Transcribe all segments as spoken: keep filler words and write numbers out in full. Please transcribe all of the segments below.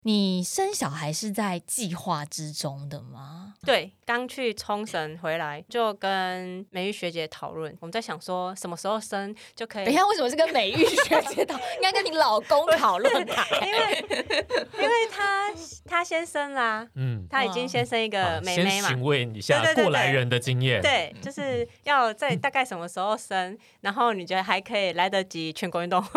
你生小孩是在计划之中的吗？ 对，刚去冲绳回来就跟美玉学姐讨论，我们在想说什么时候生就可以。 等一下，为什么是跟美玉学姐讨？应该跟你老公讨论吧？ 因为因为他他先生啦，嗯，他已经先生一个妹妹嘛， 先询问一下过来人的经验， 对，就是要在大概什么时候生，然后你觉得还可以来得及全国运动会。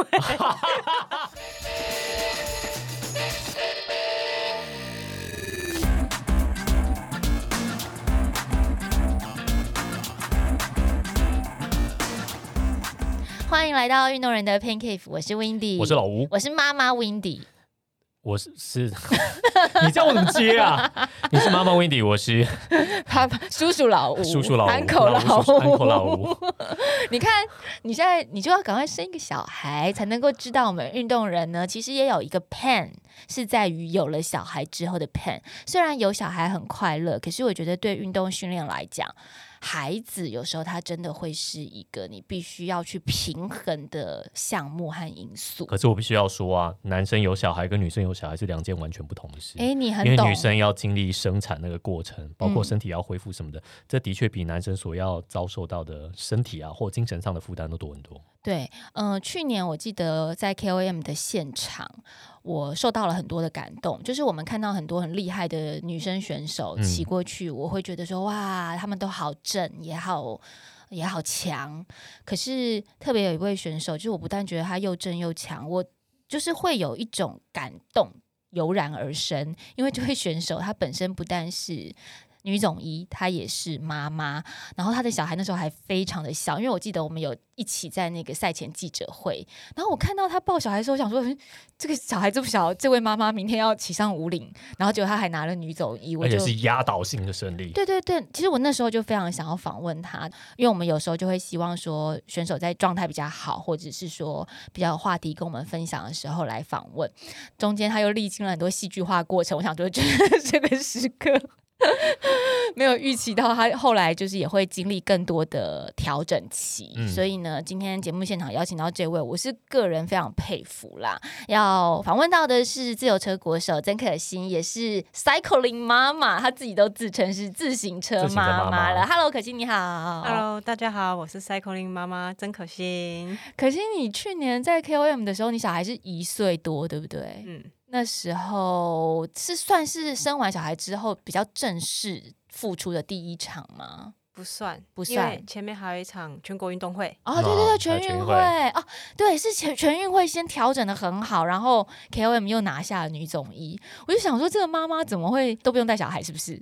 欢迎来到运动人的 Pancake， 我是 Windy， 我是老吴， 我是妈妈 Windy， 我是是，你叫我怎么接啊？你是妈妈 Windy， 我是他叔叔老吴， 叔叔老吴， 安口老吴， 安口老吴。 你看，你现在你就要赶快生一个小孩，才能够知道我们运动人呢，其实也有一个 pain， 是在于有了小孩之后的 pain。虽然有小孩很快乐，可是我觉得对运动训练来讲，孩子有时候他真的会是一个你必须要去平衡的项目和因素。 可是我必须要说啊，男生有小孩跟女生有小孩是两件完全不同的事。 哎，你很懂， 因为女生要经历生产那个过程，包括身体要恢复什么的，嗯、这的确比男生所要遭受到的身体啊或精神上的负担都多很多。 对，呃，去年我记得在 K O M 的现场，我受到了很多的感动，就是我们看到很多很厉害的女生选手骑过去，嗯、我会觉得说哇，他们都好正，也好也好强。可是特别有一位选手，就是我不但觉得他又正又强，我就是会有一种感动油然而生，因为这位选手他本身不但是女总医，她也是妈妈，然后她的小孩那时候还非常的小，因为我记得我们有一起在那个赛前记者会，然后我看到她抱小孩的时候，我想说这个小孩这么小，这位妈妈明天要骑上武岭，然后结果她还拿了女总医， 而且是压倒性的胜利。 对对对，其实我那时候就非常想要访问她，因为我们有时候就会希望说选手在状态比较好，或者是说比较有话题跟我们分享的时候来访问，中间她又历经了很多戏剧化过程，我想说这个时刻没有预期到他后来就是也会经历更多的调整期、嗯、所以呢今天节目现场邀请到这位我是个人非常佩服啦。要访问到的是自由车国手曾可欣，也是 cycling 妈妈，她自己都自称是自行车妈妈了。 Hello 可欣你好。 Hello 大家好，我是 cycling 妈妈曾可欣。 可欣你去年在 K O M 的时候你小孩是一岁多对不对？嗯，那时候是算是生完小孩之后比较正式复出的第一场吗？ 不算， 不算， 因为前面还有一场全国运动会。 哦，对对对，全运会哦，对，是全全运会先调整的很好，然后 K O M 又拿下了女总医。我就想说，这个妈妈怎么会都不用带小孩，是不是？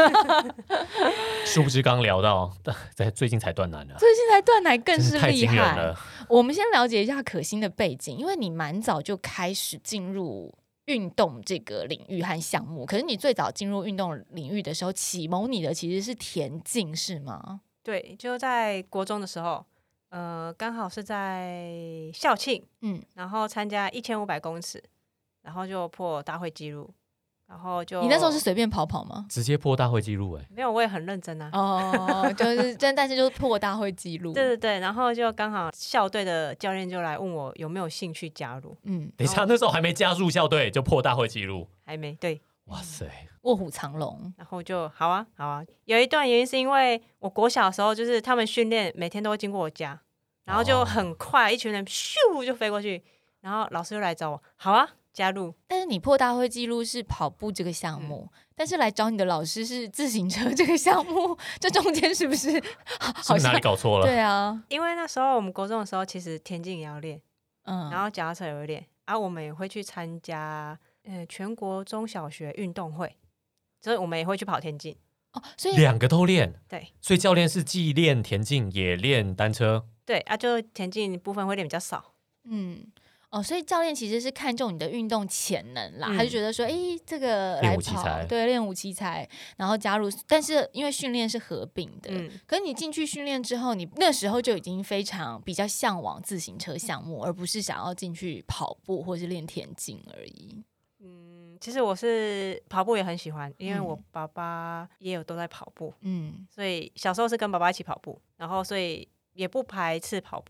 殊不知刚聊到，在最近才断奶呢， 最近才断奶更是厉害了。 我们先了解一下可欣的背景，因为你蛮早就开始进入运动这个领域和项目，可是你最早进入运动领域的时候，启蒙你的其实是田径，是吗？ 对，就在国中的时候，呃，刚好是在校庆，嗯，然后参加一千五百公尺，然后就破大会纪录。然后就你那时候是随便跑跑吗？ 直接破大会纪录哎、欸？ 没有，我也很认真啊。 哦，就是但但是就是破大会纪录。 对对对，然后就刚好校队的教练就来问我有没有兴趣加入。 嗯，等一下，那时候还没加入校队就破大会纪录？ 还没，对。 哇塞， 卧虎藏龙。 然后就好啊好啊，有一段原因是因为我国小的时候就是他们训练每天都会经过我家，然后就很快、哦、一群人咻就飞过去，然后老师就来找我，好啊加入。 但是你破大会纪录是跑步这个项目、嗯、但是来找你的老师是自行车这个项目，这中间是不是好像哪里搞错了？ 对啊， 因为那时候我们国中的时候其实田径也要练，嗯，然后脚踏车也会练，啊我们也会去参加、呃、全国中小学运动会，所以我们也会去跑田径。 哦，所以两个都练。 对， 所以教练是既练田径也练单车。 对啊，就田径部分会练比较少。 嗯，哦，所以教练其实是看重你的运动潜能啦、嗯、他就觉得说哎，这个来跑，对，练武奇才，然后加入。但是因为训练是合并的、嗯、可是你进去训练之后，你那时候就已经非常比较向往自行车项目，而不是想要进去跑步或是练田径而已。 嗯，其实我是跑步也很喜欢，因为我爸爸也有都在跑步，嗯，所以小时候是跟爸爸一起跑步，然后所以也不排斥跑步。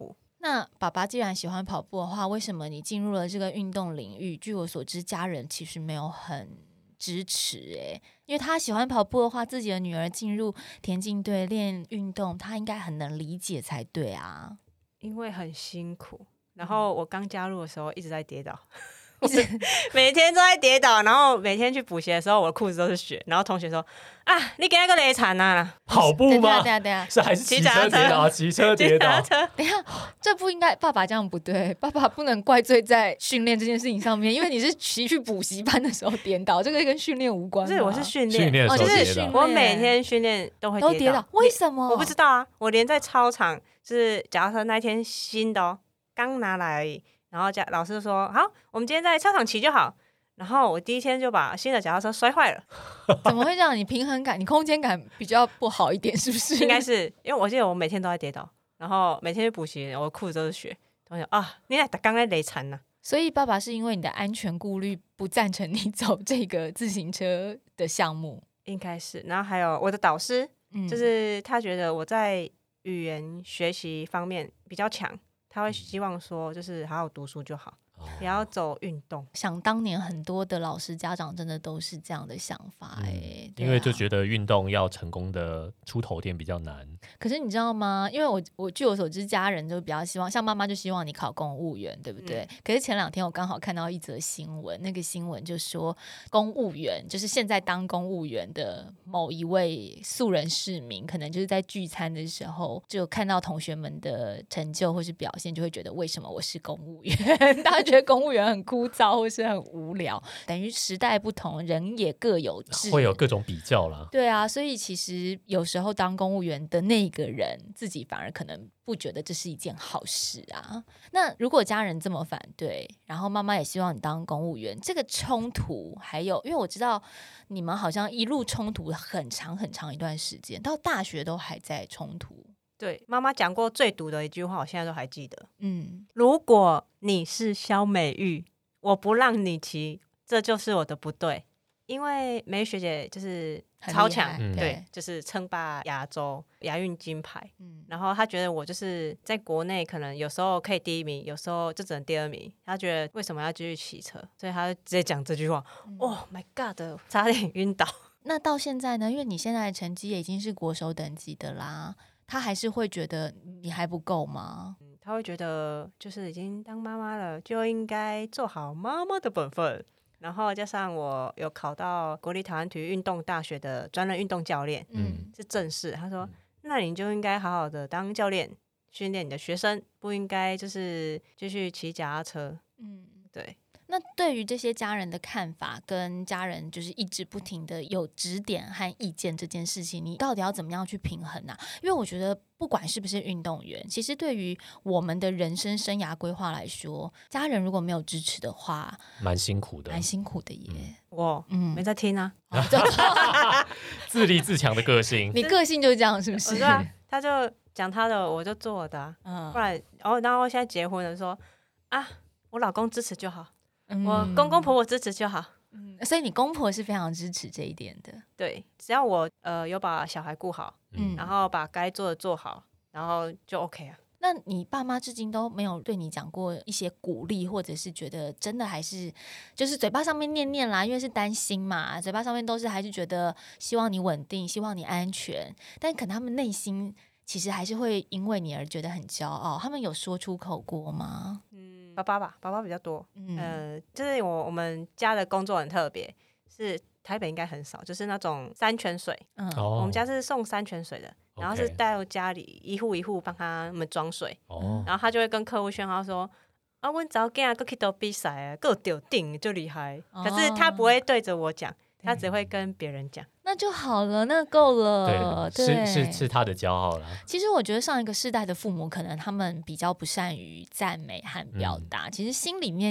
那爸爸既然喜欢跑步的话，为什么你进入了这个运动领域？据我所知，家人其实没有很支持哎、欸，因为他喜欢跑步的话，自己的女儿进入田径队练运动，他应该很能理解才对啊。 因为很辛苦，然后我刚加入的时候一直在跌倒。每天都在跌倒，然后每天去补习的时候，我的裤子都是血。然后同学说：“啊，你给那个雷惨啊！” 跑步吗？ 对啊对啊， 是还是骑车跌倒？骑车跌倒。 等一下，这不应该，爸爸这样不对，爸爸不能怪罪在训练这件事情上面，因为你是骑去补习班的时候跌倒，这个跟训练无关。 不是，我是训练， 训练的时候跌倒。 我每天训练都会都跌倒，为什么？ 我不知道啊，我连在操场，就是脚踏车那天新的哦，刚拿来而已。然后老师说好，我们今天在操场骑就好。然后我第一天就把新的脚踏车摔坏了。 怎么会这样？你平衡感、你空间感比较不好一点，是不是？ 应该是因为我记得我每天都在跌倒，然后每天去补习，我的裤子都是血。同学啊，你俩刚刚累惨了。 所以爸爸是因为你的安全顾虑，不赞成你走这个自行车的项目， 应该是。然后还有我的导师，嗯、就是他觉得我在语言学习方面比较强。他会希望说，就是好好读书就好，不要走运动。 想当年很多的老师家长真的都是这样的想法哎、欸嗯啊，因为就觉得运动要成功的出头点比较难。 可是你知道吗？因为我我据我所知，家人就比较希望，像妈妈就希望你考公务员，对不对？嗯、可是前两天我刚好看到一则新闻，那个新闻就说公务员就是现在当公务员的某一位素人市民，可能就是在聚餐的时候就看到同学们的成就或是表现，就会觉得为什么我是公务员？大家觉得公务员很枯燥或是很无聊，等于时代不同，人也各有志， 会有各种比较啦。 对啊，所以其实有时候当公务员的那个人自己反而可能不觉得这是一件好事啊。那如果家人这么反对，然后妈妈也希望你当公务员，这个冲突还有，因为我知道你们好像一路冲突很长很长一段时间，到大学都还在冲突。 对，妈妈讲过最毒的一句话，我现在都还记得。 嗯， 如果你是萧美玉，我不让你骑，这就是我的不对。因为美玉学姐就是超强， 嗯、 对，就是称霸亚洲亚运金牌。嗯，然后她觉得我就是在国内可能有时候可以第一名，有时候就只能第二名。她觉得为什么要继续骑车，所以她就直接讲这句话。嗯、Oh my god， 差点晕倒。 那到现在呢？因为你现在的成绩也已经是国手等级的啦。他还是会觉得你还不够吗？ 嗯，他会觉得就是已经当妈妈了，就应该做好妈妈的本分。然后加上我有考到国立台湾体育运动大学的专任运动教练，嗯，是正式。他说，嗯、那你就应该好好的当教练，训练你的学生，不应该就是继续骑脚踏车。嗯，对。 那对于这些家人的看法，跟家人就是一直不停的有指点和意见这件事情，你到底要怎么样去平衡啊？因为我觉得不管是不是运动员，其实对于我们的人生生涯规划来说，家人如果没有支持的话， 蛮辛苦的， 蛮辛苦的耶。 我嗯没在听啊， 自立自强的个性， 你个性就是这样，是不是？ 对啊，他就讲他的，我就做我的、啊。嗯，不然哦，然后现在结婚了说，说啊，我老公支持就好。我公公婆婆支持就好， 嗯，所以你公婆是非常支持这一点的。 对，只要我呃有把小孩顾好，嗯，然后把该做的做好，然后就 OK 啊。 那你爸妈至今都没有对你讲过一些鼓励，或者是觉得真的还是就是嘴巴上面念念啦，因为是担心嘛，嘴巴上面都是还是觉得希望你稳定，希望你安全，但可能他们内心其实还是会因为你而觉得很骄傲。他们有说出口过吗？ 嗯。爸爸吧，爸爸比较多。嗯，呃，就是我我们家的工作很特别，是台北应该很少，就是那种山泉水。嗯，哦、我们家是送山泉水的，然后是带到家里一户一户帮他们装水。哦，然后他就会跟客户宣号说：“啊，我早间啊，去到比赛啊，够丢顶就厉害。哦”可是他不会对着我讲，他只会跟别人讲。 那就好了，那够了。 对，对是是是他的骄傲啦。 其实我觉得上一个世代的父母，可能他们比较不善于赞美和表达，嗯、其实心里面其实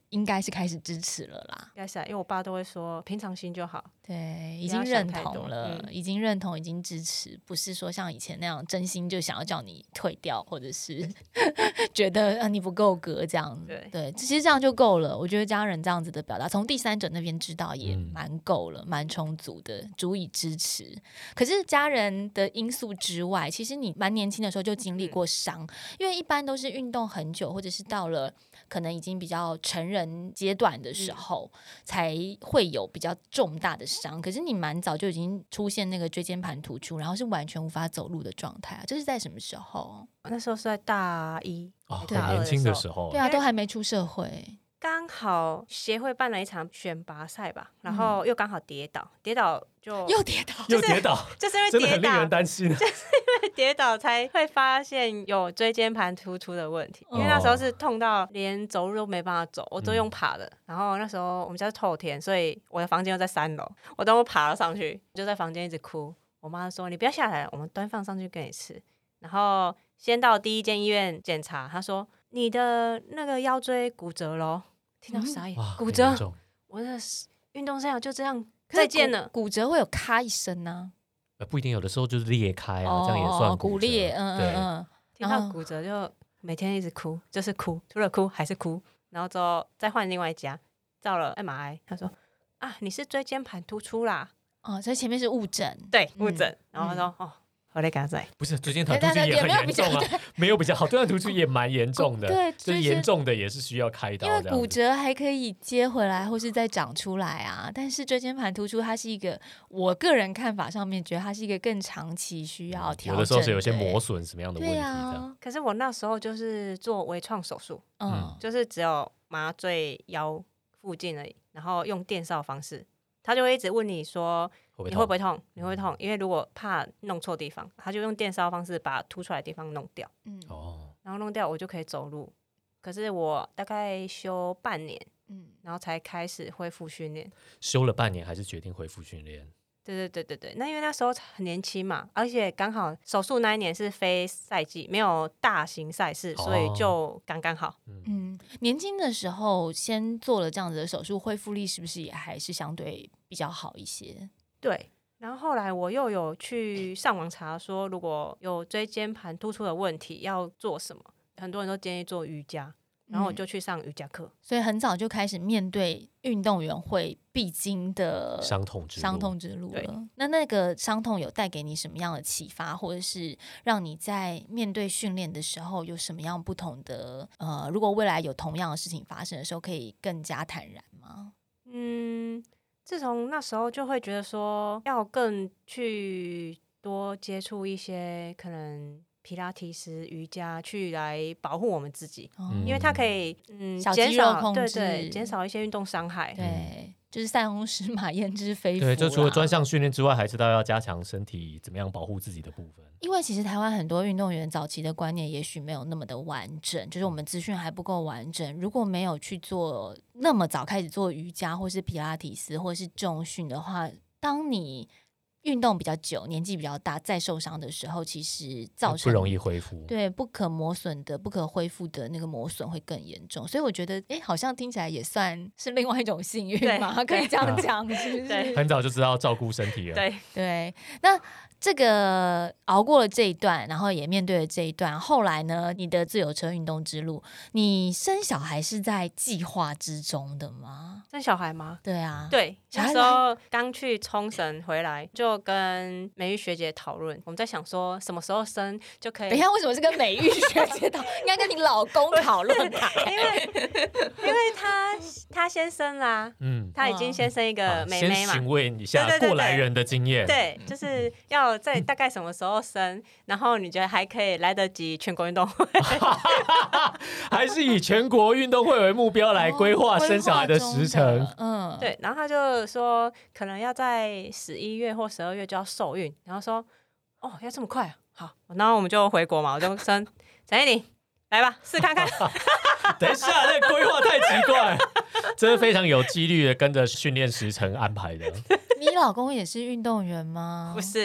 应该是开始支持了啦。 应该是、啊，因为我爸都会说平常心就好。 对，已经认同了、嗯，已经认同，已经支持，不是说像以前那样真心就想要叫你退掉，或者是觉得、啊、你不够格这样。 对对，其实这样就够了。我觉得家人这样子的表达，从第三者那边知道也蛮够了，蛮、嗯、充足的，足以支持。可是家人的因素之外，其实你蛮年轻的时候就经历过伤、嗯，因为一般都是运动很久，或者是到了可能已经比较成人阶段的时候、嗯、才会有比较重大的伤。可是你蛮早就已经出现那个椎间盘突出，然后是完全无法走路的状态啊！这是在什么时候？ 那时候是在大一， 哦，很年轻的时候， 对啊，都还没出社会。 刚好协会办了一场选拔赛吧，然后又刚好跌倒，跌倒就又跌倒， 又跌倒， 就是因为跌倒， 真的很令人担心。 就是因为跌倒才会发现有椎间盘突出的问题，因为那时候是痛到连走路都没办法走，我都用爬的。嗯、然后那时候我们家是透天，所以我的房间又在三楼，我等我爬了上去，就在房间一直哭。我妈说：“你不要下来了，我们端饭上去给你吃。”然后先到第一间医院检查，她说：“你的那个腰椎骨折咯。”听到傻眼， 嗯、 骨折，我的运动生涯就这样再见了。 骨折会有咔一声呢、 啊？不一定，有的时候就是裂开啊， 哦、 这样也算骨骨裂。嗯嗯嗯， 听到骨折就每天一直哭，就是哭，除了哭还是哭。然后之后再换另外一家，照了 M R I， 他说啊，你是椎间盘突出啦。 哦，所以前面是误诊， 对，误诊、嗯。然后他说、嗯、哦。我来赶在不是椎间盘突出也很严重啊，没有比较好，椎间盘突出也蛮严重的， 对， 就是严重的也是需要开刀。 因为骨折还可以接回来，或是再长出来啊。但是椎间盘突出，它是一个我个人看法上面觉得它是一个更长期需要调整的、嗯。有的时候是有些磨损什么样的问题、 啊、 可是我那时候就是做微创手术，嗯，就是只有麻醉腰附近而已，然后用电烧方式。他就会一直问你说你会不会痛，你会不会痛？因为如果怕弄错地方，他就用电烧方式把凸出来的地方弄掉，嗯，哦，然后弄掉我就可以走路。可是我大概休半年，嗯，然后才开始恢复训练。 休了半年还是决定恢复训练？ 对对对对对，那因为那时候很年轻嘛，而且刚好手术那一年是非赛季，没有大型赛事，哦、所以就刚刚好。 嗯，年轻的时候先做了这样子的手术，恢复力是不是也还是相对比较好一些？ 对，然后后来我又有去上网查说，如果有椎间盘突出的问题要做什么，很多人都建议做瑜伽。然后我就去上瑜伽课、嗯， 所以很早就开始面对运动员会必经的伤痛之路伤痛之路了。那那个伤痛有带给你什么样的启发，或者是让你在面对训练的时候有什么样不同的？呃，如果未来有同样的事情发生的时候，可以更加坦然吗？ 嗯，自从那时候就会觉得说，要更去多接触一些可能。皮拉提斯、瑜伽去来保护我们自己，嗯、因为它可以嗯小肌肉控制， 对对，减少一些运动伤害。 对，嗯、就是塞翁失马焉知非福。 对，就除了专项训练之外，还知道要加强身体怎么样保护自己的部分。 因为其实台湾很多运动员早期的观念也许没有那么的完整，就是我们资讯还不够完整。如果没有去做那么早开始做瑜伽，或是皮拉提斯，或是重训的话，当你运动比较久，年纪比较大，再受伤的时候，其实造成不容易恢复， 对不可磨损的、不可恢复的那个磨损会更严重。所以我觉得，哎，好像听起来也算是另外一种幸运嘛，可以这样讲，是不是？ 对， 很早就知道照顾身体了。 对对，那这个熬过了这一段，然后也面对了这一段，后来呢，你的自由车运动之路，你生小孩是在计划之中的吗？ 生小孩吗？ 对啊， 对，那时候刚去冲绳回来，就跟美玉学姐讨论，我们在想说什么时候生就可以。 等一下，为什么是跟美玉学姐讨？应该跟你老公讨论吧？ 因为因为他他先生啦，嗯，他已经先生一个妹妹嘛。 先询问一下过来人的经验， 对，就是要在大概什么时候生，然后你觉得还可以来得及全国运动会， 还是以全国运动会为目标来规划生小孩的时程？ 嗯，对，然后他就说可能要在十一月或十二月就要受孕，然后说哦要这么快啊，好，然后我们就回国嘛，我就生陈依琳来吧，试看看。 等一下，那个规划太奇怪，这是非常有纪律的跟着训练时程安排的。 你老公也是运动员吗？ 不是。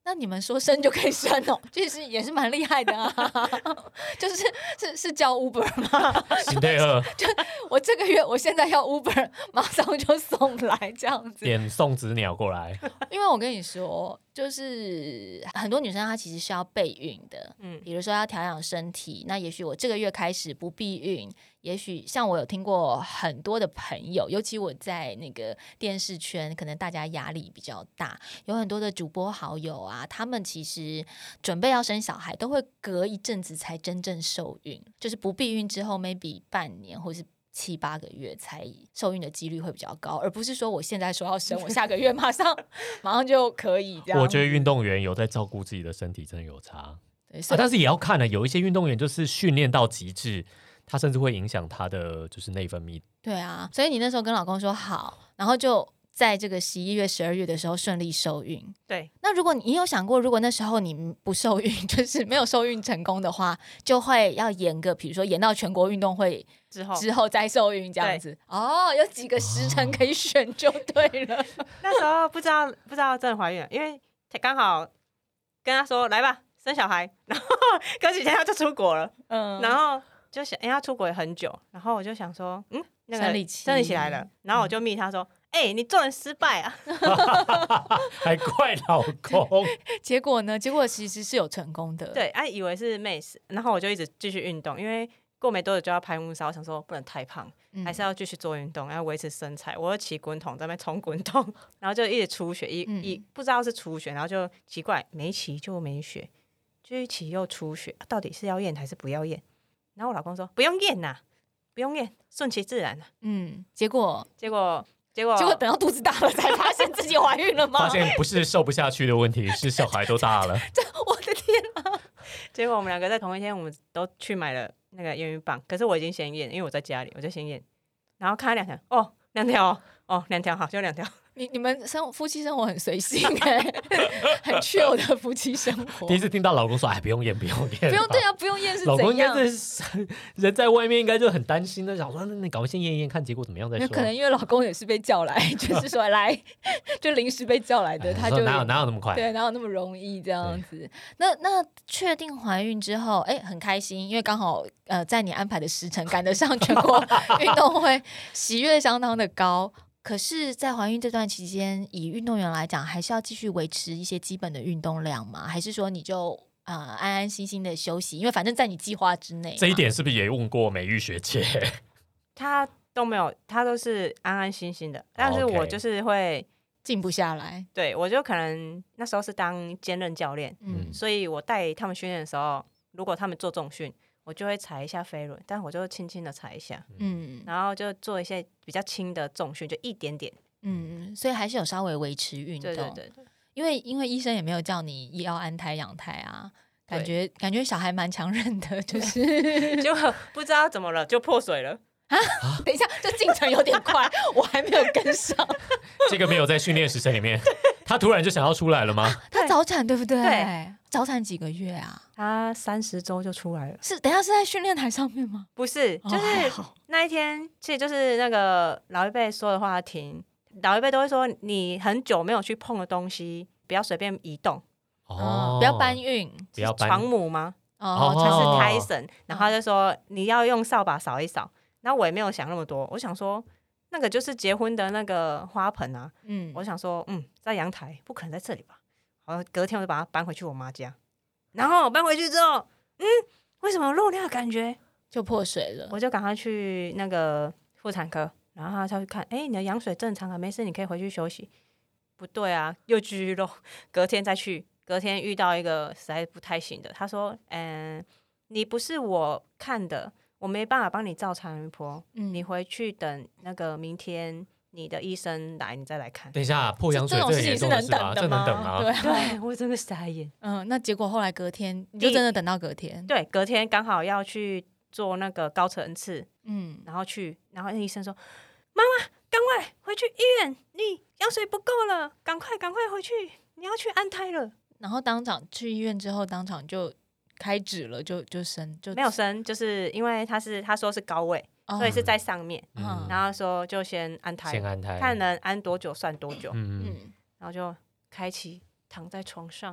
那你们说生就可以生哦，其实也是蛮厉害的啊。就是是是叫 Uber 吗？ 新配二就我这个月我现在要 Uber， 马上就送来这样子。 点送子鸟过来。 因为我跟你说，就是很多女生她其实是要备孕的，嗯，比如说要调养身体，那也许我这个月开始不避孕，也许像我有听过很多的朋友，尤其我在那个电视圈，可能大家压力比较大，有很多的主播好友啊，他们其实准备要生小孩，都会隔一阵子才真正受孕，就是不避孕之后 maybe 半年或是七八个月才受孕的几率会比较高，而不是说我现在说要生，我下个月马上马上就可以这样。 我觉得运动员有在照顾自己的身体，真的有差。 对啊、但是也要看呢，有一些运动员就是训练到极致，他甚至会影响他的就是内分泌。 对啊，所以你那时候跟老公说好，然后就在这个十一月、十二月的时候顺利受孕。 对， 那如果你有想过，如果那时候你不受孕，就是没有受孕成功的话，就会要延个，比如说延到全国运动会之后之后再受孕这样子。哦，有几个时辰可以选就对了。 那时候不知道不知道真的怀孕了，因为刚好跟他说来吧生小孩，然后隔几天他就出国了，嗯，然后就想因为他出国也很久，然后我就想说嗯那个生理期生理期来了，然后我就密他说。嗯哎、欸，你做人失败啊！ 还怪老公。 结果呢？结果其实是有成功的。 对，啊，以为是妹死，然后我就一直继续运动，因为过没多久就要拍婚纱，我想说不能太胖，嗯、还是要继续做运动，要维持身材。我又骑滚筒在那边冲滚筒，然后就一直出血，一、嗯、一不知道是出血，然后就奇怪，没骑就没血，就一骑又出血，啊、到底是要验还是不要验？然后我老公说不用验呐、啊，不用验，顺其自然、啊。 嗯，结果结果。结果， 结果等到肚子大了才发现自己怀孕了吗？ 发现不是瘦不下去的问题，是小孩都大了。 这我的天啊！ 结果我们两个在同一天，我们都去买了那个验孕棒，可是我已经先验，因为我在家里，我就先验，然后看两条，哦，两条，哦，两条，好，就两条。 你你们生夫妻生活很随性哎、欸，很 chill 的夫妻生活。 第一次听到老公说：“哎，不用验，不用验， 不用对啊，不用验是怎样？” 老公应该是人在外面，应该就很担心的，想说：“那你赶快先验一验，看结果怎么样再说。” 可能因为老公也是被叫来，就是说来就临时被叫来的，他就哪有哪有那么快？ 对，哪有那么容易这样子？那那确定怀孕之后，哎、欸，很开心，因为刚好呃在你安排的时辰赶得上全国运动会，喜悦相当的高。可是，在怀孕这段期间，以运动员来讲，还是要继续维持一些基本的运动量吗？还是说你就呃安安心心的休息？因为反正在你计划之内。 这一点是不是也问过美玉学姐？ 她都没有，她都是安安心心的。但是我就是会静不下来。 对，我就可能那时候是当兼任教练，嗯，所以我带他们训练的时候，如果他们做重训，我就会踩一下飞轮，但我就轻轻的踩一下，嗯，然后就做一些比较轻的重训，就一点点， 嗯，所以还是有稍微维持运动，对对对对，因为因为医生也没有叫你要安胎养胎啊，感觉感觉小孩蛮强韧的，就是结果不知道怎么了就破水了。 啊！等一下，这进程有点快，我还没有跟上。 这个没有在训练时程里面，他突然就想要出来了吗？ 他早产对不对？ 对， 早产几个月啊？ 他三十周就出来了。 是，等一下是在训练台上面吗？ 不是，就是那一天，其实就是那个老一辈说的话停，老一辈都会说，你很久没有去碰的东西，不要随便移动。 哦，不要搬运， 不要搬床母吗？ 哦， 他是胎神，然后他就说你要用扫把扫一扫。然后我也没有想那么多，我想说那个就是结婚的那个花盆啊，嗯，我想说嗯，在阳台不可能在这里吧，然后隔天我就把它搬回去我妈家，然后搬回去之后，嗯，为什么有漏尿的感觉就破水了？ 我就赶快去那个妇产科，然后他就去看，哎，你的羊水正常啊，没事，你可以回去休息。不对啊，又继续漏，隔天再去，隔天遇到一个实在不太行的，他说，嗯，你不是我看的。我没办法帮你照超音波，嗯，你回去等那个明天你的医生来，你再来看。 等一下，破羊水这种事情是能等的吗？ 这能等吗？ 对， 对我真的傻眼。 嗯，那结果后来隔天你就真的等到隔天？ 对，隔天刚好要去做那个高层次，嗯，然后去，然后那医生说：“妈妈，赶快回去医院，你羊水不够了，赶快赶快回去，你要去安胎了。” 然后当场去医院之后，当场就。开指了就就生就没有生，就是因为他是他说是高位，哦、所以是在上面，嗯、然后说就先安胎， 先安胎， 看能安多久算多久，嗯嗯，然后就开启躺在床上，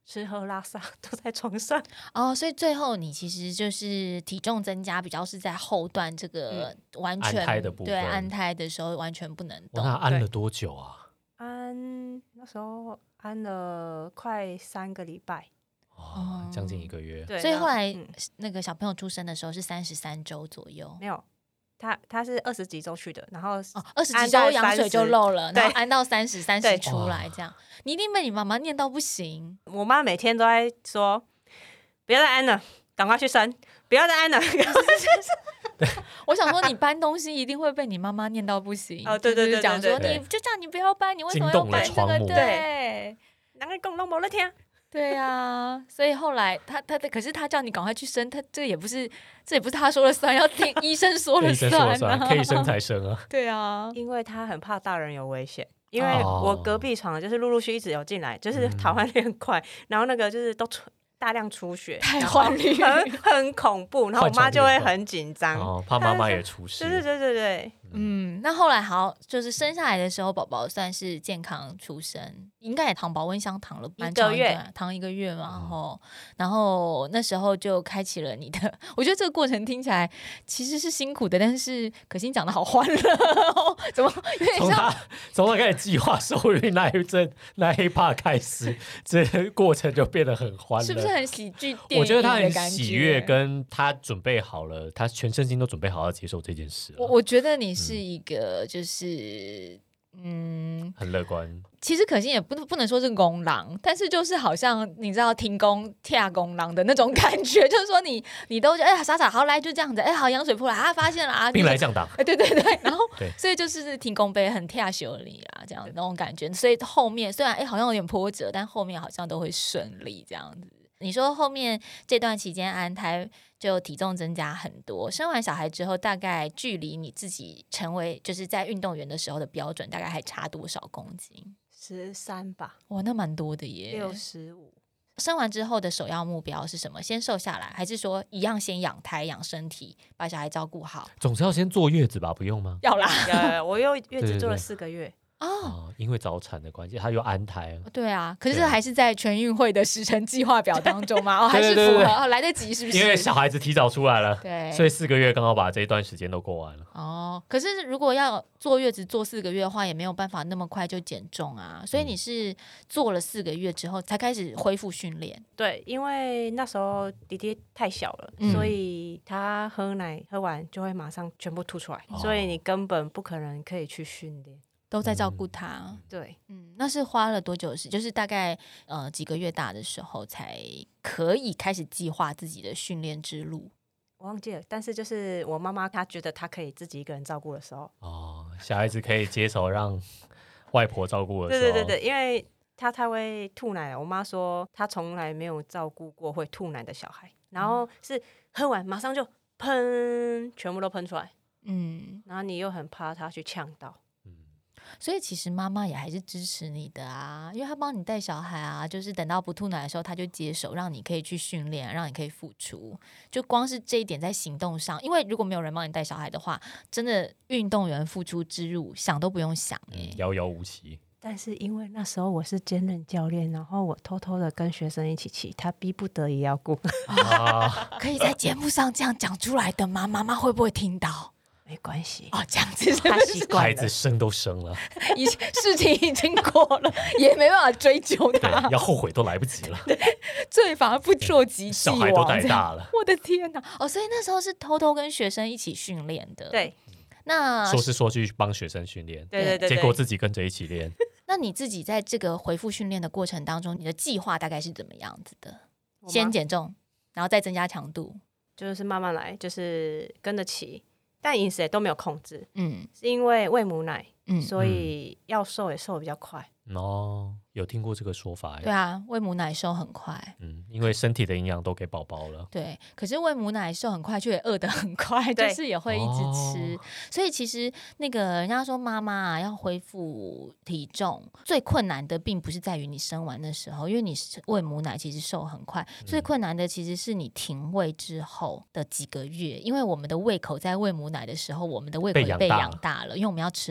吃喝拉撒都在床上。 哦，所以最后你其实就是体重增加，比较是在后段这个完全、 安胎的部分对安胎的时候完全不能动。 哇，那安了多久啊？ 安那时候安了快三个礼拜， 哦，将近一个月。 对， 所以后来、 嗯、 那个小朋友出生的时候是三十三周左右， 没有。他他是二十几周去的，然后哦，二十几周羊水就漏了，然后安到三十，三十出来这样。你一定被你妈妈念到不行。 我妈每天都在说，不要再安了，赶快去生，不要再安了。 我想说，你搬东西一定会被你妈妈念到不行。 哦，对对对， 讲说你就叫你不要搬，你为什么要搬这个？对， 哪个讲都没在听。 对啊，所以后来他他的，可是他叫你赶快去生，他这个也不是，这也不是他说了算，要听医生说了算啊，可以生才生啊。 对啊， 因为他很怕大人有危险，因为我隔壁床就是陆陆续一直有进来，就是逃换率很快，然后那个就是都大量出血， 太换率很很恐怖，然后我妈就会很紧张， 哦，怕妈妈也出事。 对对对对对， 嗯，那后来好，就是生下来的时候，宝宝算是健康出生，应该也躺保温箱躺了蛮长一段，躺一个月嘛，然后、嗯、然后那时候就开启了你的，我觉得这个过程听起来其实是辛苦的，但是可心讲的好欢乐、哦，怎么有点像从他从他开始计划受孕那一阵那一趴开始，这个过程就变得很欢乐， 是不是很喜剧电影的感觉？ 我觉得他很喜悦，跟他准备好了，他全身心都准备好要接受这件事了。 我我觉得你是一个就是嗯，嗯很乐观。 其实可心也不不能说是公狼，但是就是好像你知道停工跳公狼的那种感觉，就是说你你都哎呀傻傻好来就这样子，哎好羊水铺来啊发现了啊， 兵来将挡， 哎对对对，然后所以就是停工杯很跳修理啊这样的那种感觉，所以后面虽然哎好像有点波折，但后面好像都会顺利这样子。你说后面这段期间安胎就体重增加很多，生完小孩之后大概距离你自己成为就是在运动员的时候的标准大概还差多少公斤？ 十三吧。 哇，那蛮多的耶。 六十五。 生完之后的首要目标是什么？先瘦下来，还是说一样先养胎养身体，把小孩照顾好？ 总是要先坐月子吧？不用吗？ 要啦， 我又月子做了四个月。 哦, 哦，因为早产的关系，他又安胎。 对啊，可是还是在全运会的时程计划表当中嘛，哦，还是符合对对对对哦，来得及是不是？ 因为小孩子提早出来了， 对， 所以四个月刚好把这一段时间都过完了。 哦，可是如果要坐月子坐四个月的话，也没有办法那么快就减重啊，所以你是做了四个月之后才开始恢复训练。 对，因为那时候弟弟太小了，嗯、所以他喝奶喝完就会马上全部吐出来，哦、所以你根本不可能可以去训练。 都在照顾他、 嗯，对， 嗯，那是花了多久时？就是大概呃几个月大的时候才可以开始计划自己的训练之路。 我忘记了，但是就是我妈妈她觉得她可以自己一个人照顾的时候， 哦，小孩子可以接手让外婆照顾的时候， 对对对对，因为她太会吐奶了。我妈说她从来没有照顾过会吐奶的小孩，然后是喝完马上就喷，全部都喷出来，嗯，然后你又很怕她去呛到。 所以其实妈妈也还是支持你的啊，因为她帮你带小孩啊，就是等到不吐奶的时候，她就接手，让你可以去训练，让你可以付出。就光是这一点在行动上，因为如果没有人帮你带小孩的话，真的运动员付出之入想都不用想哎、欸， 遥遥无期。 但是因为那时候我是兼任教练，然后我偷偷的跟学生一起骑，他逼不得已要顾。 啊、可以在节目上这样讲出来的吗？妈妈会不会听到？ 没关系哦，这样子他习惯了， 孩子生都生了， 已事情已经过了，也没办法追究他， 要后悔都来不及了。 罪反而不做及既往， 小孩都带大了， 我的天哪！哦，所以那时候是偷偷跟学生一起训练的。 对， 那说是说去帮学生训练， 对对对， 结果自己跟着一起练。 那你自己在这个恢复训练的过程当中，你的计划大概是怎么样子的？先减重，然后再增加强度， 就是慢慢来，就是跟着骑。但饮食也都没有控制， 嗯， 是因为喂母奶， 嗯， 所以要瘦也瘦得比较快。 哦，有听过这个说法？ 对啊，喂母奶瘦很快， 嗯，因为身体的营养都给宝宝了。 对，可是喂母奶瘦很快，却也饿得很快，就是也会一直吃。哦、所以其实那个人家说妈妈啊要恢复体重，最困难的并不是在于你生完的时候，因为你喂母奶其实瘦很快，嗯、最困难的其实是你停喂之后的几个月，因为我们的胃口在喂母奶的时候，我们的胃口也被养大了，因为我们要吃很多。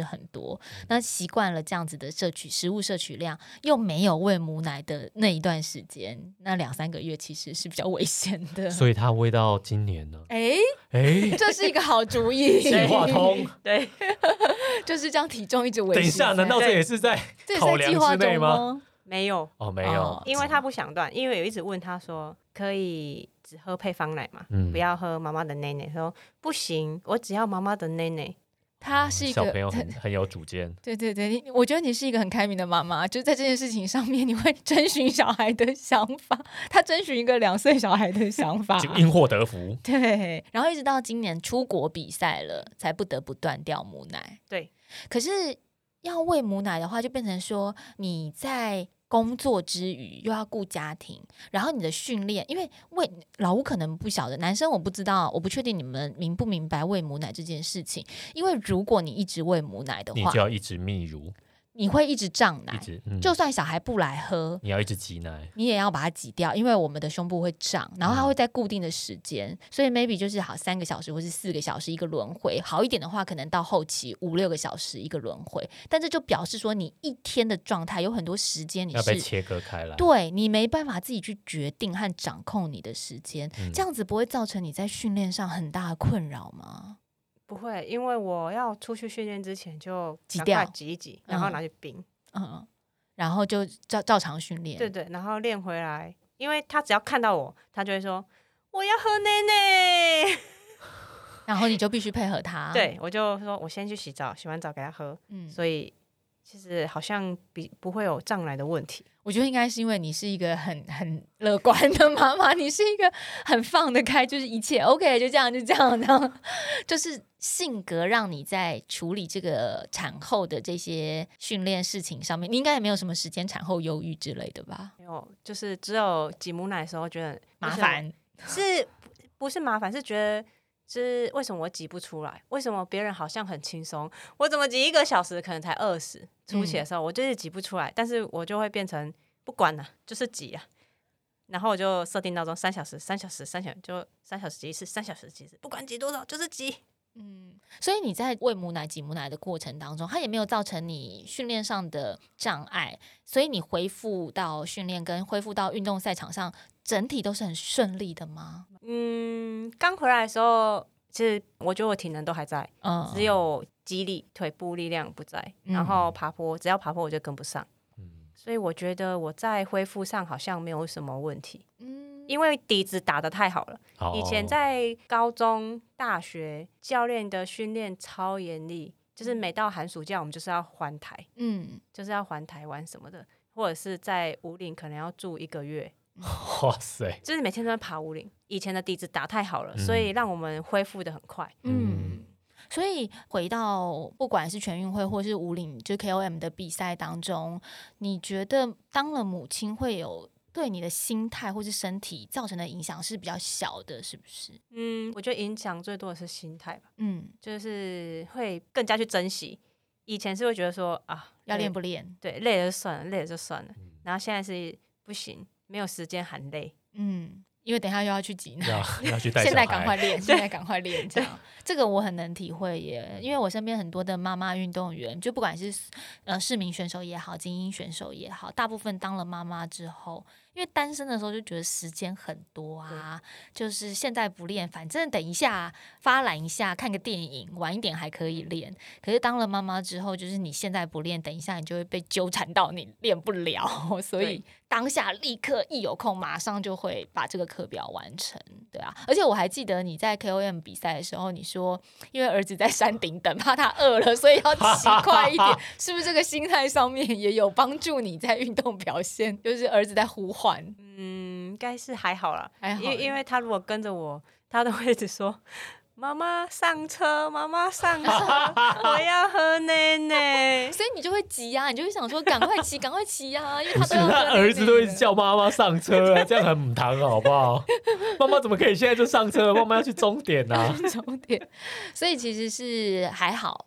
多，那习惯了这样子的摄取食物摄取量，又没有喂母奶的那一段时间，那两三个月其实是比较危险的。 所以他喂到今年呢？ 哎哎， 这是一个好主意， 计划通。 对， 就是这样体重一直维持。 等一下，难道这也是在考量之内吗？ 没有哦，没有、哦， 因为他不想断，因为有一直问他说可以只喝配方奶嘛，嗯、不要喝妈妈的奶奶。他说不行，我只要妈妈的奶奶。 他是一个小朋友很很有主见， 对对对，我觉得你是一个很开明的妈妈，就在这件事情上面，你会征询小孩的想法，他征询一个两岁小孩的想法， 就因祸得福。 对，然后一直到今年出国比赛了，才不得不断掉母奶。 对， 可是要喂母奶的话，就变成说你在工作之余又要顾家庭，然后你的训练，因为喂老吴可能不晓得，男生我不知道，我不确定你们明不明白喂母奶这件事情。因为如果你一直喂母奶的话， 你就要一直泌乳， 你会一直胀奶， 嗯、 就算小孩不来喝， 你要一直挤奶， 你也要把它挤掉，因为我们的胸部会胀，然后它会在固定的时间、嗯，所以 maybe 就是好三个小时或是四个小时一个轮回，好一点的话可能到后期五六个小时一个轮回，但这就表示说你一天的状态有很多时间你是要被切割开来， 对，你没办法自己去决定和掌控你的时间、嗯，这样子不会造成你在训练上很大的困扰吗？ 不会，因为我要出去训练之前就挤掉挤一挤，然后拿去冰。嗯嗯，然后就照照常训练， 对对，然后练回来，因为他只要看到我，他就会说我要喝奶奶， 然后你就必须配合他。 对，我就说我先去洗澡，洗完澡给他喝。嗯，所以其实好像比不会有胀奶的问题。 我觉得应该是因为你是一个很很乐观的妈妈，你是一个很放得开，就是一切 OK， 就这样就这样，这样就是性格让你在处理这个产后的这些训练事情上面，你应该也没有什么时间产后忧郁之类的吧？ 没有，就是只有挤母奶的时候觉得麻烦， 是不是麻烦？是觉得是为什么我挤不出来？为什么别人好像很轻松，我怎么挤一个小时可能才二十？初期的时候、嗯、我就是挤不出来，但是我就会变成不管了，就是挤啊。然后我就设定闹钟，三小时，三小时，三小时，就三小时挤一次，三小时挤一次，不管挤多少就是挤。 嗯，所以你在喂母奶、挤母奶的过程当中，它也没有造成你训练上的障碍，所以你恢复到训练跟恢复到运动赛场上，整体都是很顺利的吗？ 嗯，刚回来的时候，其实我觉得我体能都还在，嗯，只有肌力、腿部力量不在，嗯、然后爬坡，只要爬坡我就跟不上，嗯，所以我觉得我在恢复上好像没有什么问题，嗯。因为底子打得太好了，以前在高中、大学教练的训练超严厉，就是每到寒暑假我们就是要环台，嗯，就是要环台湾什么的，或者是在武岭可能要住一个月。 哇塞！ 就是每天都在爬武岭，以前的底子打太好了，嗯、所以让我们恢复得很快。 嗯，所以回到不管是全运会或是武岭，就 K O M 的比赛当中，你觉得当了母亲会有对你的心态或是身体造成的影响是比较小的，是不是？ 嗯，我觉得影响最多的是心态吧。嗯，就是会更加去珍惜。以前是会觉得说啊， 要练不练？ 对，累了就算了，累了就算了。嗯、然后现在是不行，没有时间喊累。 嗯，因为等一下又要去挤奶， 要, 要去带小孩， 现在赶快练，现在赶快练，这样这个我很能体会耶。因为我身边很多的妈妈运动员，就不管是呃市民选手也好，精英选手也好，大部分当了妈妈之后。因为单身的时候就觉得时间很多啊，就是现在不练，反正等一下发懒一下，看个电影，晚一点还可以练。可是当了妈妈之后，就是你现在不练，等一下你就会被纠缠到你练不了，所以当下立刻一有空，马上就会把这个课表完成，对啊。而且我还记得你在 K O M 比赛的时候，你说因为儿子在山顶等，怕他饿了，所以要骑快一点，是不是这个心态上面也有帮助你在运动表现？就是儿子在呼唤。 嗯，应该是还好啦， 还好， 因因为他如果跟着我，他都会一直说妈妈上车，妈妈上车，我要喝奶奶， 所以你就会急啊，你就会想说赶快骑，赶快骑啊，因为他都要喝奶奶。他儿子都一直叫妈妈上车啊，这样很母汤好不好？妈妈怎么可以现在就上车？妈妈要去终点啊， 终点。所以其实是还好，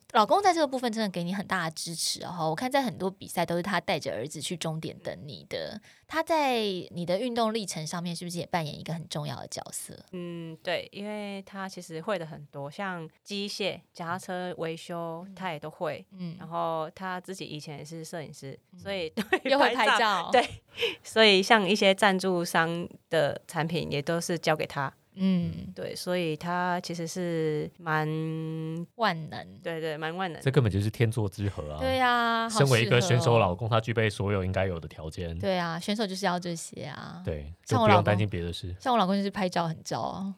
老公在这个部分真的给你很大的支持哦。我看在很多比赛都是他带着儿子去终点等你的，他在你的运动历程上面是不是也扮演一个很重要的角色？ 嗯，对，因为他其实会的很多，像机械、脚踏车维修，他也都会。嗯，然后他自己以前也是摄影师，嗯、所以对又会拍照， 对，所以像一些赞助商的产品也都是交给他。嗯，对，所以他其实是蛮万能， 对对，蛮万能。 这根本就是天作之合啊！ 对啊， 身为一个选手老公，他具备所有应该有的条件。 对啊，选手就是要这些啊。 对，就不用担心别的事。 像我老公就是拍照很糟啊。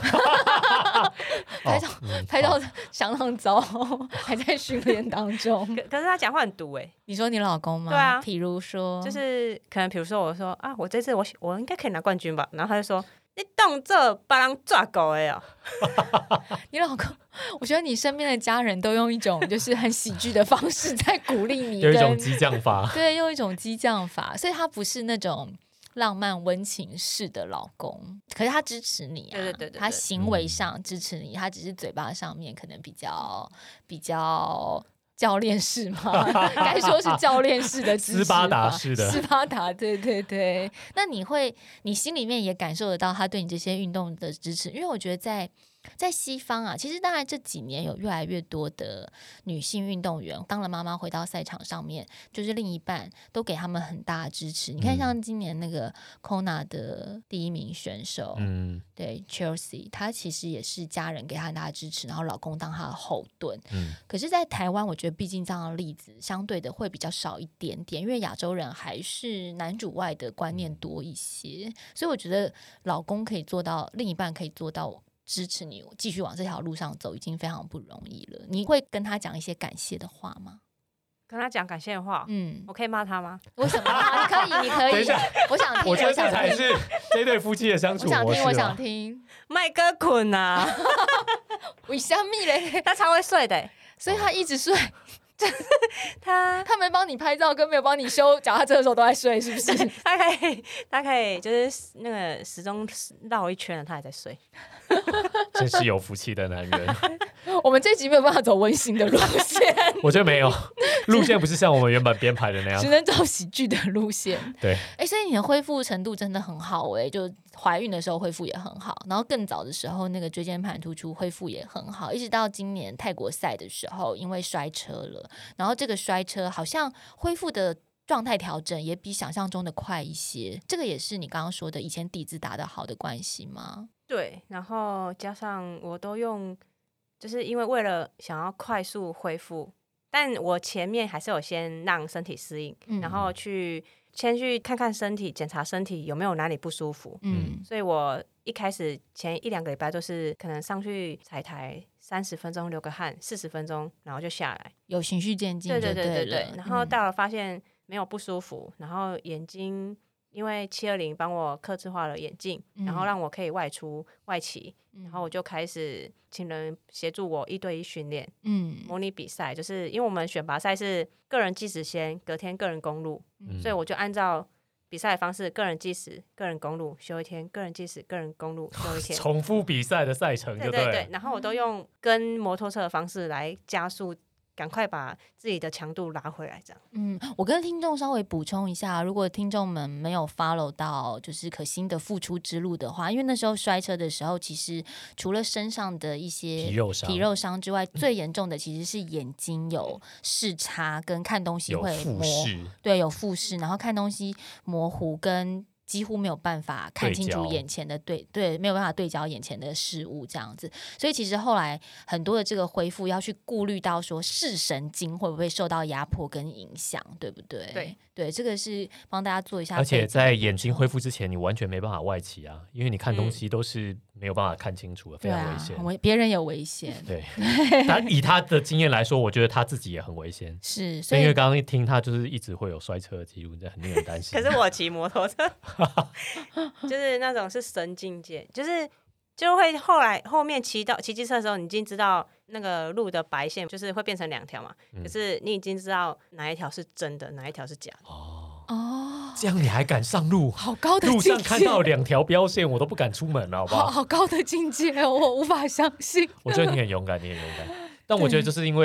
拍照、哦嗯、拍照相当糟，还在训练当中。 可, 可是他讲话很毒哎、欸！ 你说你老公吗？ 对啊， 比如说， 就是可能比如说我说啊，我这次我我应该可以拿冠军吧，然后他就说你动作把人抓狗哎呀！ 你老公，我觉得你身边的家人都用一种就是很喜剧的方式在鼓励你， 有一种激将法， 对，用一种激将法，所以他不是那种浪漫温情式的老公，可是他支持你啊， 对对 对, 对, 对， 他行为上支持你，他只是嘴巴上面可能比较比较教练式嘛，该说是教练式的支持，斯巴达式的， 斯巴达，对对对。那你会，你心里面也感受得到他对你这些运动的支持，因为我觉得在。在西方啊，其实当然这几年有越来越多的女性运动员当了妈妈回到赛场上面，就是另一半都给他们很大的支持。你看像今年那个 Kona 的第一名选手，嗯，对 Chelsea， 她其实也是家人给她很大的支持，然后老公当她的后盾。嗯，可是在台湾我觉得毕竟这样的例子相对的会比较少一点点，因为亚洲人还是男主外的观念多一些，所以我觉得老公可以做到，另一半可以做到支持你继续往这条路上走，已经非常不容易了。你会跟他讲一些感谢的话吗？ 跟他讲感谢的话，嗯，我可以骂他吗？ 为什么？你可以，你可以。我想听， 我觉得这才是这对夫妻的相处模式。 我想听，我想听。 麦哥困啊！ 为什么嘞？ 他超会睡的、欸， 所以他一直睡。 他他没帮你拍照跟没有帮你修脚踏车的时候都在睡，是不是？ 他可以，他可以就是那个时钟绕一圈了，他还在睡。 真是有福气的男人。 我们这集没有办法走温馨的路线， 我觉得没有，路线不是像我们原本编排的那样， 只能走喜剧的路线。 对， 哎、欸，所以你的恢复程度真的很好哎、欸，就怀孕的时候恢复也很好，然后更早的时候那个椎间盘突出恢复也很好，一直到今年泰国赛的时候，因为摔车了，然后这个摔车好像恢复的状态调整也比想象中的快一些，这个也是你刚刚说的以前底子打得好的关系吗？ 对，然后加上我都用，就是因为为了想要快速恢复，但我前面还是有先让身体适应，嗯、然后去先去看看身体，检查身体有没有哪里不舒服。嗯，所以我一开始前一两个礼拜都是可能上去踩台三十分钟流个汗，四十分钟，然后就下来， 有循序渐进。 对对对对对。然后到了发现没有不舒服，然后眼睛。因为七二零帮我客制化了眼镜、嗯、然后让我可以外出外骑、嗯、然后我就开始请人协助我一对一训练，嗯，模拟比赛，就是因为我们选拔赛是个人计时先，隔天个人公路、嗯、所以我就按照比赛的方式，个人计时个人公路休一天，个人计时个人公路休一天， 重复比赛的赛程就对了， 对对对，然后我都用跟摩托车的方式来加速，赶快把自己的强度拉回来，这样。 嗯，我跟听众稍微补充一下，如果听众们没有 follow 到就是可心的复出之路的话，因为那时候摔车的时候，其实除了身上的一些皮肉伤、 皮肉伤之外，最严重的其实是眼睛有视差，跟看东西会模糊，对，有复视，然后看东西模糊跟。几乎没有办法看清楚眼前的对对，没有办法对焦眼前的事物这样子，所以其实后来很多的这个恢复要去顾虑到说视神经会不会受到压迫跟影响，对不对？ 对对，这个是帮大家做一下。 而且在眼睛恢复之前，你完全没办法外骑啊，因为你看东西都是没有办法看清楚的，嗯、非常危险。 啊、别人有危险， 对。他以他的经验来说，我觉得他自己也很危险。 是，所以因为刚刚一听他就是一直会有摔车的记录，这很令人担心。 可是我骑摩托车。就是那种是神境界，就是就会后来后面骑到骑机车的时候，你已经知道那个路的白线就是会变成两条嘛、嗯，可是你已经知道哪一条是真的，哪一条是假的。 哦哦，这样你还敢上路？ 好高的境界！ 路上看到两条标线，我都不敢出门了，好不好？ 好, 好高的境界，我无法相信。 我觉得你很勇敢，你很勇敢。但我觉得就是因为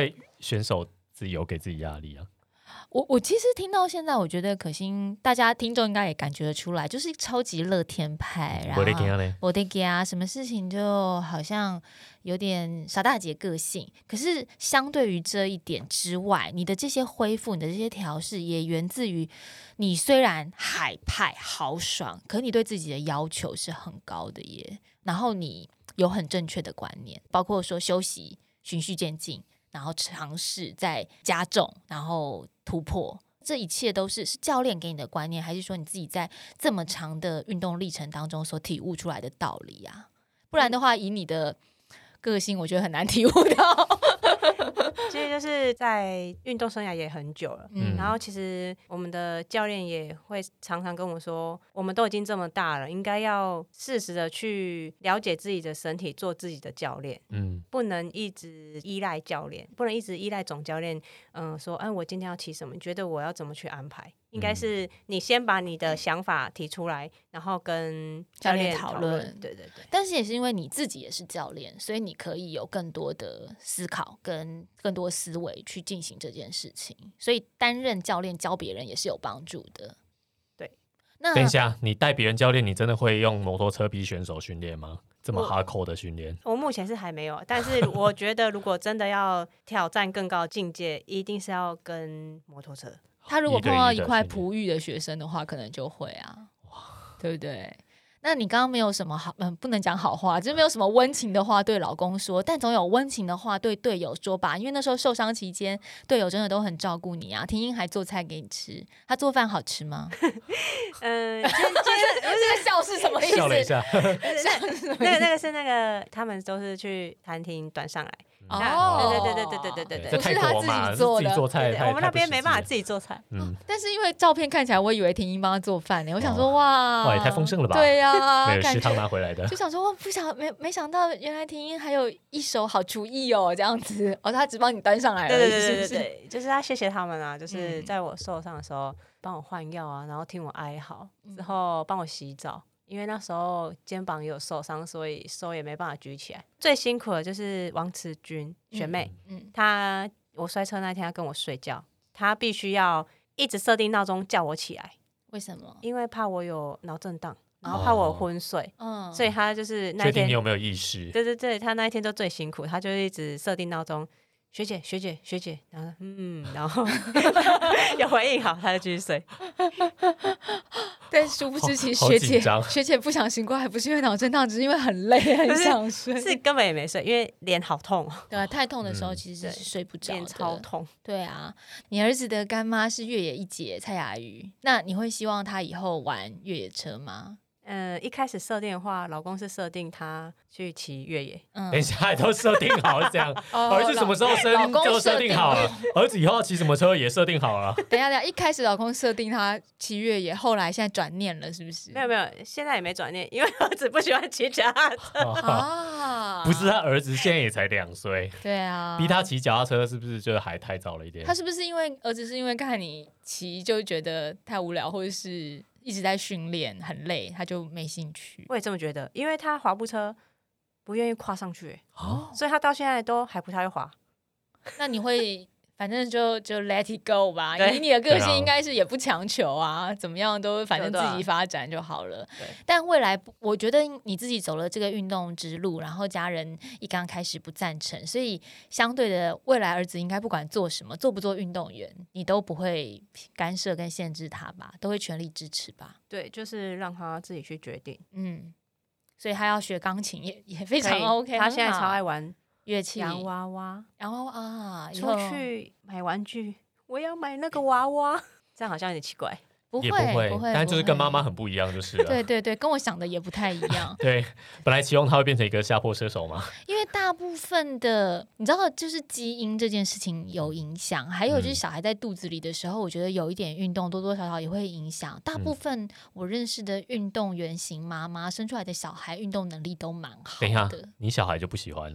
选手自己有给自己压力啊？ 我我其实听到现在，我觉得可心大家听众应该也感觉得出来，就是超级乐天派，然后我的家什么事情就好像有点傻大姐个性。可是相对于这一点之外，你的这些恢复，你的这些调试，也源自于你虽然海派豪爽，可你对自己的要求是很高的耶。然后你有很正确的观念，包括说休息、循序渐进。然后尝试再加重，然后突破，这一切都是是教练给你的观念，还是说你自己在这么长的运动历程当中所体悟出来的道理啊？不然的话，以你的个性，我觉得很难体悟到。 其实就是在运动生涯也很久了，嗯，然后其实我们的教练也会常常跟我说，我们都已经这么大了，应该要适时的去了解自己的身体，做自己的教练，嗯，不能一直依赖教练，不能一直依赖总教练，嗯，说，嗯，我今天要骑什么？你觉得我要怎么去安排？应该是你先把你的想法提出来，然后跟教练讨论。对对对。 但是也是因为你自己也是教练，所以你可以有更多的思考跟更多思维去进行这件事情。所以担任教练教别人也是有帮助的。 对。 那等一下，你带别人教练，你真的会用摩托车逼选手训练吗？这么 hardcore 的训练？ 我目前是还没有，但是我觉得如果真的要挑战更高的境界，一定是要跟摩托车。 他如果碰到一块璞玉的学生的话，可能就会啊，对不对？那你刚刚没有什么好，嗯，不能讲好话，就是没有什么温情的话对老公说，但总有温情的话对队友说吧。因为那时候受伤期间，队友真的都很照顾你啊。婷英还做菜给你吃，他做饭好吃吗？ 嗯， 今天这个笑是什么意思？ 笑了一下， 那个那个是那个他们都是去餐厅端上来。 哦， 对对对对对对对对， 不是他自己做的， 自己做菜， 我们那边没办法自己做菜。 嗯， 但是因为照片看起来，我以为婷英帮他做饭呢。我想说，哇， 哇，也太丰盛了吧？ 对呀， 没有食堂拿回来的， 就想说，哇，不想没没想到，原来婷英还有一手好厨艺哦，这样子。哦，他只帮你端上来了， 对对对对对，就是他谢谢他们啊，就是在我受伤的时候帮我换药啊，然后听我哀嚎，之后帮我洗澡。因为那时候肩膀也有受伤，所以手也没办法举起来。最辛苦的就是王慈君学妹，嗯嗯、她我摔车那天，她跟我睡觉，她必须要一直设定闹钟叫我起来。 为什么？ 因为怕我有脑震荡，然后怕我昏睡，哦、所以她就是那一天确定你有没有意识？ 对对对，她那一天就最辛苦，她就一直设定闹钟。学姐，学姐，学姐，然后嗯，然后有回应好，他就继续睡。 但殊不知，其实学姐学姐不想醒过来，不是因为脑震荡，只是因为很累，很想睡， 是根本也没睡，因为脸好痛。 对啊，太痛的时候其实是睡不着的， 脸超痛。 对啊，你儿子的干妈是越野一姐蔡雅瑜，那你会希望他以后玩越野车吗？ 嗯，一开始设定的话，老公是设定他去骑越野。 嗯，等一下都设定好是这样，哦、儿子什么时候生就设定好了，儿子以后要骑什么车也设定好了。 等一下，等一下，一开始老公设定他骑越野，后来现在转念了，是不是？ 没有没有，现在也没转念，因为儿子不喜欢骑脚踏车啊。不是，他儿子现在也才两岁， 对啊， 逼他骑脚踏车是不是就还太早了一点？ 他是不是因为儿子是因为看你骑就觉得太无聊，或者是？一直在训练很累，他就没兴趣。 我也这么觉得，因为他滑步车不愿意跨上去、哦、所以他到现在都还不太会滑。 那你会反正就就 let it go 吧，以你的个性应该是也不强求啊，怎么样都反正自己发展就好了。但未来我觉得你自己走了这个运动之路，然后家人一刚开始不赞成，所以相对的未来儿子应该不管做什么，做不做运动员，你都不会干涉跟限制他吧，都会全力支持吧。 对，就是让他自己去决定。 嗯，所以他要学钢琴也也非常 OK， 他现在超爱玩乐器， 洋娃娃， 洋娃娃啊， 出去买玩具，我要买那个娃娃，这样好像有点奇怪。 不会， 也不会， 不会， 但就是跟妈妈很不一样，就是了。 对对对，跟我想的也不太一样。 对，本来期望他会变成一个下坡车手嘛。 因为大部分的，你知道，就是基因这件事情有影响，还有就是小孩在肚子里的时候，嗯、我觉得有一点运动多多少少也会影响。大部分我认识的运动员型妈妈生出来的小孩运动能力都蛮好的。 等一下，你小孩就不喜欢了？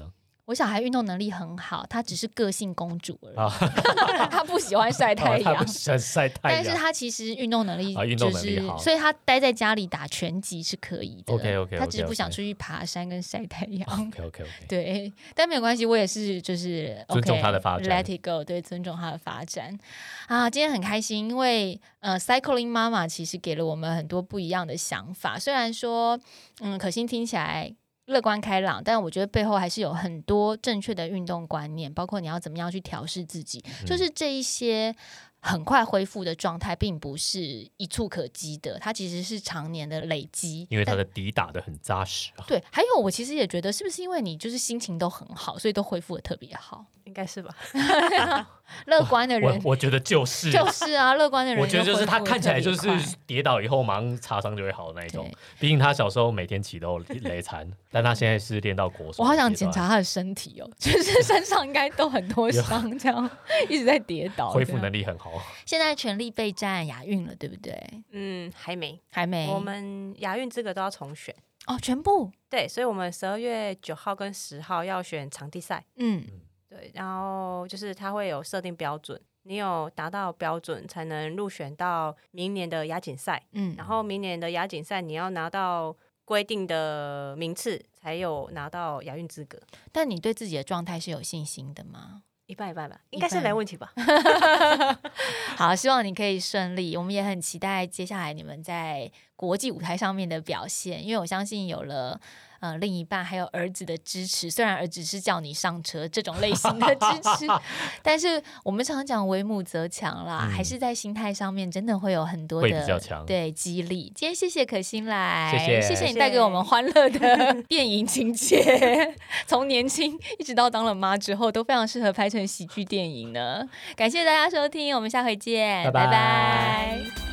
我小孩运动能力很好，他只是个性公主而已， 啊他不喜欢晒太阳， 他不喜欢晒太阳， 但是他其实运动能力啊运动能力好所以他待在家里打拳击是可以的。 OK OK， 他只是不想出去爬山跟晒太阳。 OK OK OK， 对，但没有关系，我也是就是尊重他的发展 ，Let it go， 对，尊重他的发展啊。今天很开心，因为呃，Cycling 妈妈其实给了我们很多不一样的想法。虽然说，嗯，可心听起来乐观开朗，但我觉得背后还是有很多正确的运动观念，包括你要怎么样去调试自己， 嗯、 就是这一些很快恢复的状态并不是一触可及的，它其实是常年的累积， 因为它的底打得很扎实、啊、 对，还有我其实也觉得是不是因为你就是心情都很好，所以都恢复的特别好， 应该是吧。 乐观的人我我觉觉得就是就是啊，乐观的人我觉得就是他看起来就是恢复得特别快跌倒以后马上擦伤就会好的那一种，毕竟他小时候每天骑都累残，但他现在是练到国手。 我好想检查他的身体哦，就是身上应该都很多伤，这样一直在跌倒， 恢复能力很好。 现在全力备战亚运了，对不对？ 嗯，还没， 还没。 我们亚运资格都要重选哦，全部。 对，所以我们十二月九号跟十号要选场地赛。 嗯， 对，然后就是它会有设定标准，你有达到标准才能入选到明年的亚锦赛。嗯，然后明年的亚锦赛你要拿到规定的名次，才有拿到亚运资格。 但你对自己的状态是有信心的吗？ 一半一半吧，应该是没问题吧。 好，希望你可以顺利。我们也很期待接下来你们在国际舞台上面的表现，因为我相信有了呃另一半还有儿子的支持，虽然儿子是叫你上车这种类型的支持，但是我们常讲为母则强啦、嗯，还是在心态上面真的会有很多的会比较强， 对激励。今天谢谢可心来， 谢谢谢谢你带给我们欢乐的电影情节，从年轻一直到当了妈之后，都非常适合拍成喜剧电影呢。感谢大家收听，我们下回见，拜拜。拜拜。